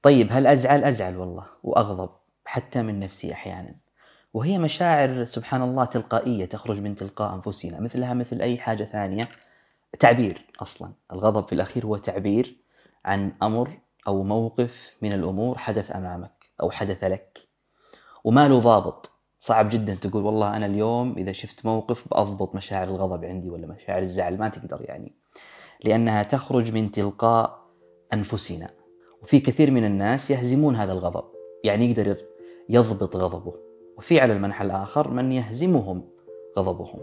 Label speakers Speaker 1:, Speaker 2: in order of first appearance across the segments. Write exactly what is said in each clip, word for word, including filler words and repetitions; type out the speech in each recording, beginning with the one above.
Speaker 1: طيب هل أزعل؟ أزعل والله وأغضب حتى من نفسي أحيانا، وهي مشاعر سبحان الله تلقائية تخرج من تلقاء أنفسنا مثلها مثل أي حاجة ثانية. تعبير، أصلا الغضب في الأخير هو تعبير عن أمر أو موقف من الأمور حدث أمامك أو حدث لك، وما له ضابط. صعب جدا تقول والله أنا اليوم إذا شفت موقف بأضبط مشاعر الغضب عندي ولا مشاعر الزعل، ما تقدر يعني، لأنها تخرج من تلقاء أنفسنا. وفي كثير من الناس يهزمون هذا الغضب، يعني يقدر يضبط غضبه، وفي على المنحى الآخر من يهزمهم غضبهم.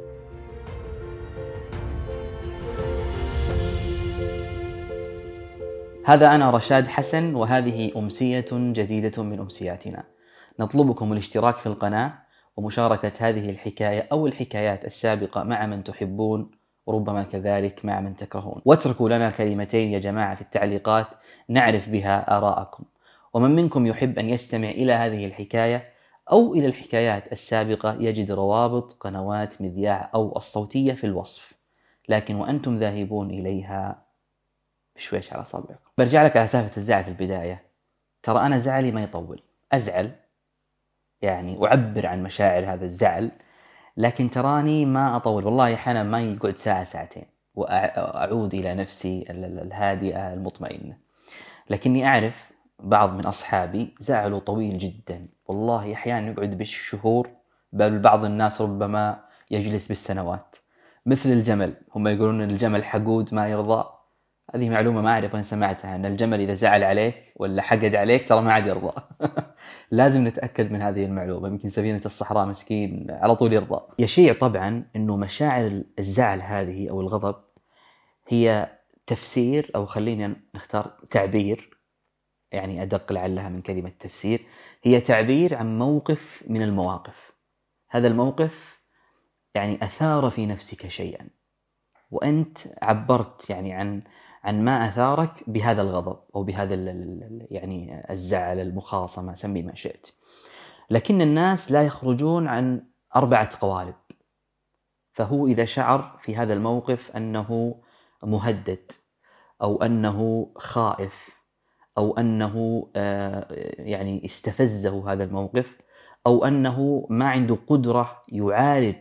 Speaker 1: هذا أنا رشاد حسن، وهذه أمسية جديدة من أمسياتنا. نطلبكم الاشتراك في القناة ومشاركة هذه الحكاية أو الحكايات السابقة مع من تحبون، وربما كذلك مع من تكرهون. واتركوا لنا كلمتين يا جماعة في التعليقات نعرف بها آراءكم. ومن منكم يحب أن يستمع إلى هذه الحكاية أو إلى الحكايات السابقة يجد روابط قنوات مذياع أو الصوتية في الوصف، لكن وأنتم ذاهبون إليها بشويش على صابعكم. برجع لك على سالفة الزعل في البداية. ترى أنا زعلي ما يطول، أزعل يعني أعبر عن مشاعر هذا الزعل، لكن تراني ما أطول والله. أحيانا ما يقعد ساعة ساعتين وأعود إلى نفسي الهادئة المطمئنة. لكني أعرف بعض من أصحابي زعلوا طويل جدا، والله أحيانا يقعد بالشهور، بل بعض الناس ربما يجلس بالسنوات. مثل الجمل، هم يقولون أن الجمل حقود ما يرضى. هذه معلومة ما أعرف وين سمعتها، أن الجمل إذا زعل عليك ولا حقد عليك ترى ما عاد يرضى. لازم نتأكد من هذه المعلومة، يمكن سفينة الصحراء مسكين على طول يرضى. يشيع طبعا أنه مشاعر الزعل هذه أو الغضب هي تفسير، أو خلينا نختار تعبير يعني أدق لعلها من كلمة تفسير، هي تعبير عن موقف من المواقف. هذا الموقف يعني أثار في نفسك شيئا، وأنت عبرت يعني عن عن ما أثارك بهذا الغضب أو بهذا يعني الزعل، المخاصمة، سمي ما شئت. لكن الناس لا يخرجون عن أربعة قوالب. فهو إذا شعر في هذا الموقف أنه مهدد أو أنه خائف أو أنه يعني استفزه هذا الموقف، أو أنه ما عنده قدرة يعالج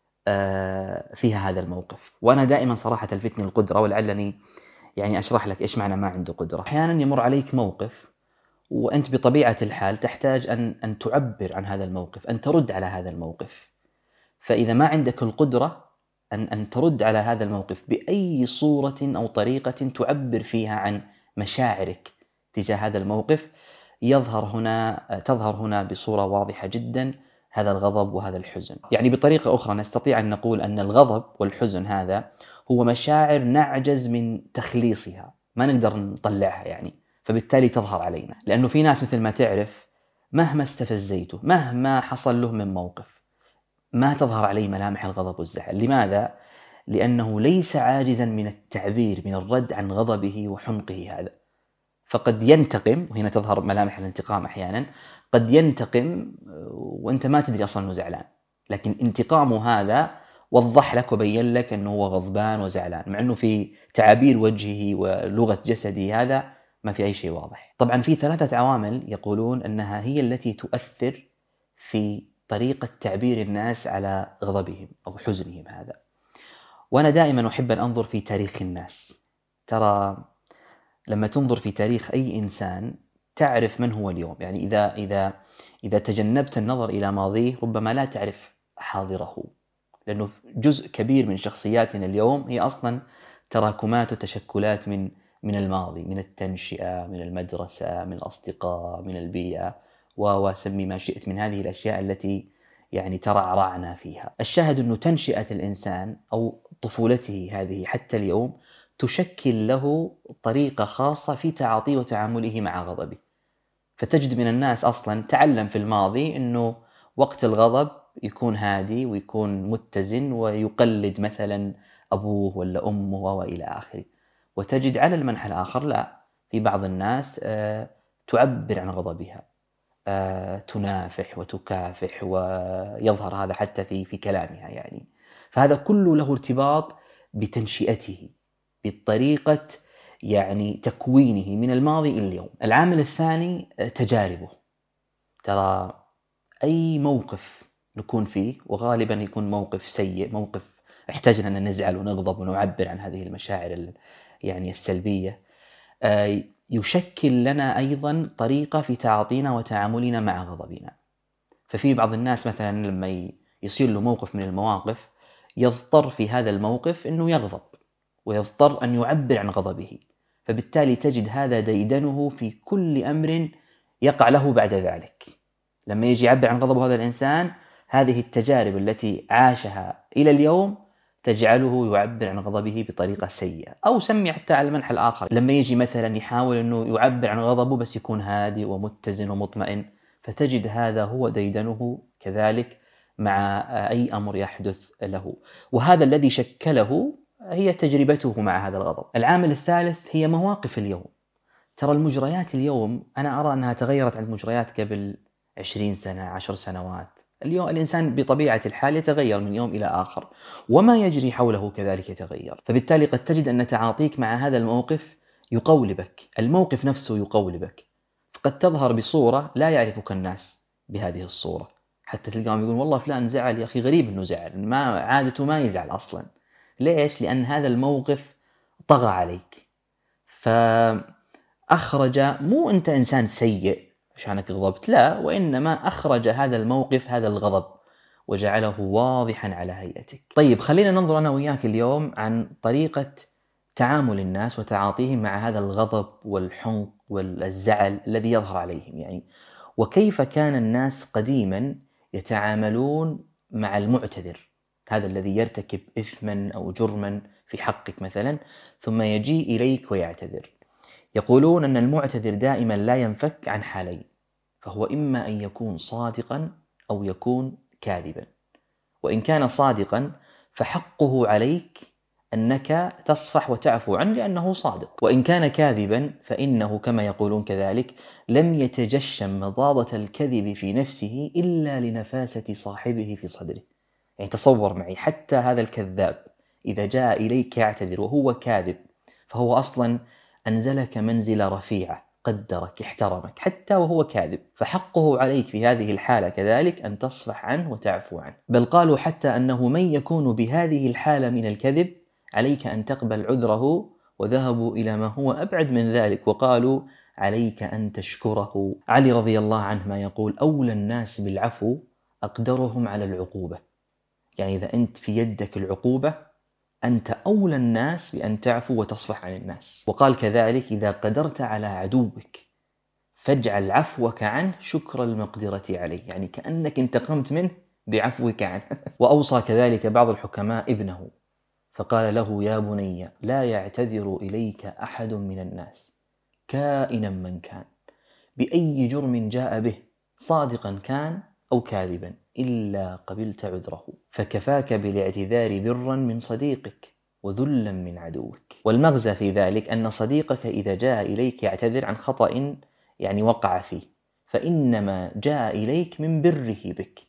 Speaker 1: فيها هذا الموقف. وأنا دائما صراحة تلفتني القدرة، ولعلني يعني أشرح لك إيش معنى ما عنده قدرة. أحيانا يمر عليك موقف وأنت بطبيعة الحال تحتاج أن أن تعبر عن هذا الموقف، أن ترد على هذا الموقف. فإذا ما عندك القدرة أن أن ترد على هذا الموقف بأي صورة أو طريقة تعبر فيها عن مشاعرك تجاه هذا الموقف، يظهر هنا تظهر هنا بصورة واضحة جدا هذا الغضب وهذا الحزن. يعني بطريقة أخرى نستطيع أن نقول أن الغضب والحزن هذا هو مشاعر نعجز من تخليصها، ما نقدر نطلعها يعني، فبالتالي تظهر علينا. لأنه في ناس مثل ما تعرف مهما استفزيته، مهما حصل له من موقف، ما تظهر عليه ملامح الغضب والزعل. لماذا؟ لأنه ليس عاجزا من التعبير، من الرد عن غضبه وحنقه هذا. فقد ينتقم، وهنا تظهر ملامح الانتقام أحيانا، قد ينتقم وأنت ما تدري أصلا أنه زعلان، لكن انتقامه هذا وضح لك وبين لك أنه هو غضبان وزعلان، مع أنه في تعابير وجهه ولغة جسده هذا ما في أي شيء واضح. طبعا في ثلاثة عوامل يقولون أنها هي التي تؤثر في طريقة تعبير الناس على غضبهم أو حزنهم هذا. وأنا دائما أحب أن أنظر في تاريخ الناس. ترى لما تنظر في تاريخ أي إنسان تعرف من هو اليوم. يعني إذا إذا إذا تجنبت النظر إلى ماضيه ربما لا تعرف حاضره، لأنه جزء كبير من شخصياتنا اليوم هي أصلا تراكمات وتشكلات من من الماضي، من التنشئة، من المدرسة، من الأصدقاء، من البيئة، وسمي ما شئت من هذه الأشياء التي يعني ترعرعنا فيها. الشاهد أنه تنشئة الإنسان أو طفولته هذه حتى اليوم تشكل له طريقة خاصة في تعاطيه وتعامله مع غضبه. فتجد من الناس أصلا تعلم في الماضي أنه وقت الغضب يكون هادي ويكون متزن ويقلد مثلا أبوه ولا أمه وإلى آخره. وتجد على المنحى الآخر لا، في بعض الناس تعبر عن غضبها، تنافح وتكافح، ويظهر هذا حتى في في كلامها يعني. فهذا كله له ارتباط بتنشئته، بالطريقة يعني تكوينه من الماضي إلى اليوم. العامل الثاني تجاربه. ترى أي موقف نكون فيه، وغالبا يكون موقف سيء، موقف احتاجنا أن نزعل ونغضب ونعبر عن هذه المشاعر يعني السلبية، يشكل لنا أيضا طريقة في تعاطينا وتعاملنا مع غضبنا. ففي بعض الناس مثلا لما يصير له موقف من المواقف يضطر في هذا الموقف أنه يغضب، ويضطر أن يعبر عن غضبه، فبالتالي تجد هذا ديدنه في كل أمر يقع له بعد ذلك. لما يجي يعبر عن غضبه هذا الإنسان، هذه التجارب التي عاشها إلى اليوم تجعله يعبر عن غضبه بطريقة سيئة. أو سمي حتى على المنحى الآخر، لما يجي مثلا يحاول أنه يعبر عن غضبه بس يكون هادئ ومتزن ومطمئن، فتجد هذا هو ديدنه كذلك مع أي أمر يحدث له. وهذا الذي شكله هي تجربته مع هذا الغضب. العامل الثالث هي مواقف اليوم. ترى المجريات اليوم أنا أرى أنها تغيرت عن المجريات قبل عشرين سنة، عشر سنوات. اليوم الإنسان بطبيعة الحال يتغير من يوم إلى آخر، وما يجري حوله كذلك يتغير. فبالتالي قد تجد أن تعاطيك مع هذا الموقف يقولبك، الموقف نفسه يقولبك، فقد تظهر بصورة لا يعرفك الناس بهذه الصورة، حتى تلقاهم يقولون والله فلان زعل، يا أخي غريب أنه زعل، ما عادته ما يزعل أصلا. ليش؟ لأن هذا الموقف طغى عليك، فأخرج، مو أنت إنسان سيء عشانك غضبت، لا، وإنما أخرج هذا الموقف هذا الغضب وجعله واضحا على هيئتك. طيب خلينا ننظر أنا وياك اليوم عن طريقة تعامل الناس وتعاطيهم مع هذا الغضب والحنق والزعل الذي يظهر عليهم، يعني وكيف كان الناس قديما يتعاملون مع المعتذر، هذا الذي يرتكب إثما أو جرما في حقك مثلا ثم يجي إليك ويعتذر. يقولون أن المعتذر دائما لا ينفك عن حالين، فهو إما أن يكون صادقا أو يكون كاذبا. وإن كان صادقا فحقه عليك أنك تصفح وتعفو عنه لأنه صادق، وإن كان كاذبا فإنه كما يقولون كذلك لم يتجشم مضاضة الكذب في نفسه إلا لنفاسة صاحبه في صدره. يعني تصور معي، حتى هذا الكذاب إذا جاء إليك يعتذر وهو كاذب فهو أصلا أنزلك منزلة رفيعة، قدرك، احترمك حتى وهو كاذب، فحقه عليك في هذه الحالة كذلك أن تصفح عنه وتعفو عنه. بل قالوا حتى أنه من يكون بهذه الحالة من الكذب عليك أن تقبل عذره، وذهبوا إلى ما هو أبعد من ذلك وقالوا عليك أن تشكره. علي رضي الله عنه ما يقول أولى الناس بالعفو أقدرهم على العقوبة، يعني إذا أنت في يدك العقوبة أنت أولى الناس بأن تعفو وتصفح عن الناس. وقال كذلك إذا قدرت على عدوك فاجعل عفوك عنه شكر المقدرة عليه، يعني كأنك انتقمت منه بعفوك عنه. وأوصى كذلك بعض الحكماء ابنه فقال له يا بني لا يعتذر إليك أحد من الناس كائنا من كان بأي جرم جاء به صادقا كان أو كاذبا إلا قبلت عذره، فكفاك بالاعتذار برا من صديقك وذلا من عدوك. والمغزى في ذلك أن صديقك إذا جاء إليك يعتذر عن خطأ يعني وقع فيه فإنما جاء إليك من بره بك،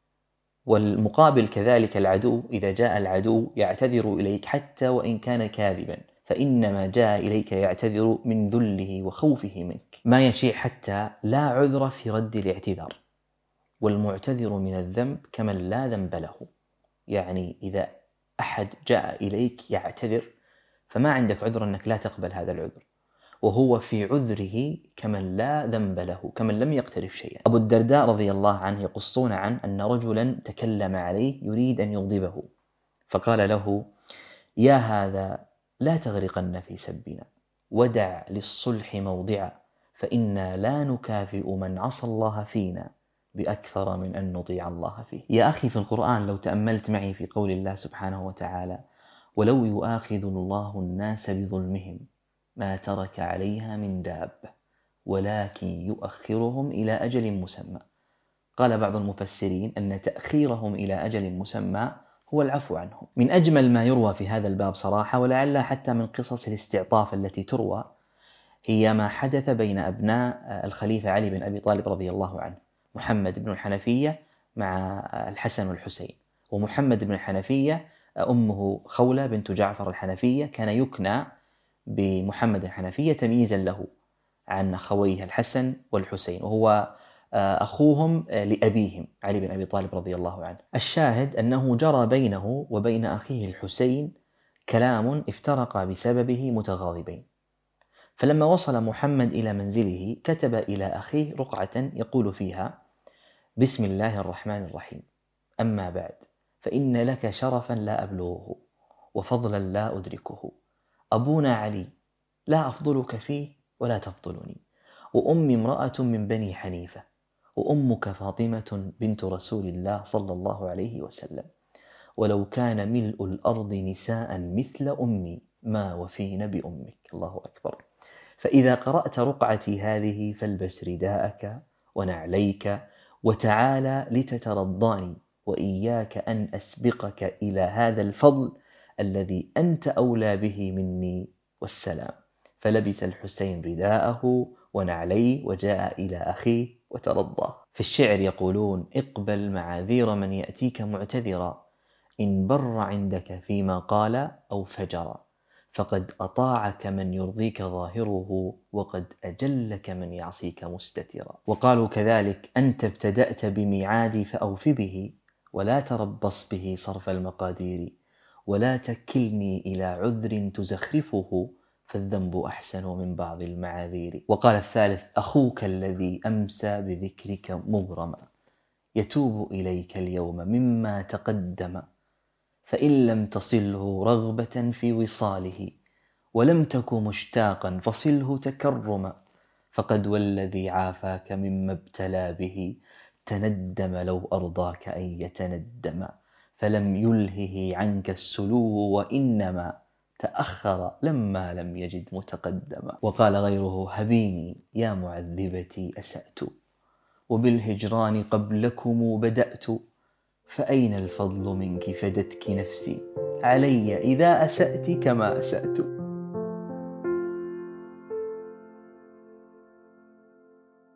Speaker 1: والمقابل كذلك العدو إذا جاء العدو يعتذر إليك حتى وإن كان كاذبا فإنما جاء إليك يعتذر من ذله وخوفه منك. ما يشيع حتى لا عذر في رد الاعتذار، والمعتذر من الذنب كمن لا ذنب له. يعني إذا أحد جاء إليك يعتذر فما عندك عذر أنك لا تقبل هذا العذر، وهو في عذره كمن لا ذنب له، كمن لم يقترف شيئا. أبو الدرداء رضي الله عنه يقصون عنه أن رجلا تكلم عليه يريد أن يغضبه، فقال له يا هذا لا تغرقن في سبنا ودع للصلح موضعا فإنا لا نكافئ من عصى الله فينا بأكثر من أن نطيع الله فيه. يا أخي في القرآن لو تأملت معي في قول الله سبحانه وتعالى ولو يؤاخذ الله الناس بظلمهم ما ترك عليها من دابة ولكن يؤخرهم إلى أجل مسمى. قال بعض المفسرين أن تأخيرهم إلى أجل مسمى هو العفو عنهم. من أجمل ما يروى في هذا الباب صراحة، ولعل حتى من قصص الاستعطاف التي تروى، هي ما حدث بين أبناء الخليفة علي بن أبي طالب رضي الله عنه، محمد بن الحنفية مع الحسن والحسين. ومحمد بن الحنفية أمه خولة بنت جعفر الحنفية كان يكنى بمحمد الحنفية تمييزا له عن أخويه الحسن والحسين، وهو أخوهم لأبيهم علي بن أبي طالب رضي الله عنه. الشاهد أنه جرى بينه وبين أخيه الحسين كلام افترق بسببه متغاضبين. فلما وصل محمد إلى منزله كتب إلى أخيه رقعة يقول فيها: بسم الله الرحمن الرحيم، أما بعد، فإن لك شرفا لا أبلغه وفضلا لا أدركه. أبونا علي لا أفضلك فيه ولا تفضلني، وأمي امرأة من بني حنيفة، وأمك فاطمة بنت رسول الله صلى الله عليه وسلم، ولو كان ملء الأرض نساء مثل أمي ما وفين بأمك. الله أكبر. فإذا قرأت رقعتي هذه فالبس رداءك ونعليك وتعالى لتترضاني، وإياك أن أسبقك إلى هذا الفضل الذي أنت أولى به مني، والسلام. فلبس الحسين رداءه ونعليه وجاء إلى أخيه وترضاه. في الشعر يقولون: اقبل معاذير من يأتيك معتذرا، إن بر عندك فيما قال أو فجر، فقد أطاعك من يرضيك ظاهره، وقد أجلك من يعصيك مستترا. وقالوا كذلك: أنت ابتدأت بميعادي فأوف به، ولا تربص به صرف المقادير، ولا تكلني إلى عذر تزخرفه، فالذنب أحسن من بعض المعاذير. وقال الثالث: أخوك الذي أمسى بذكرك مغرما، يتوب إليك اليوم مما تقدم، فإن لم تصله رغبة في وصاله، ولم تك مشتاقا فصله تكرما، فقد والذي عافاك مما ابتلى به، تندم لو أرضاك أن يتندم، فلم يلهه عنك السلو، وإنما تأخر لما لم يجد متقدما. وقال غيره: هبيني يا معذبتي أسأت، وبالهجران قبلكم بدأت، فأين الفضل منك فدتك نفسي علي إذا أسأت كما أسأت.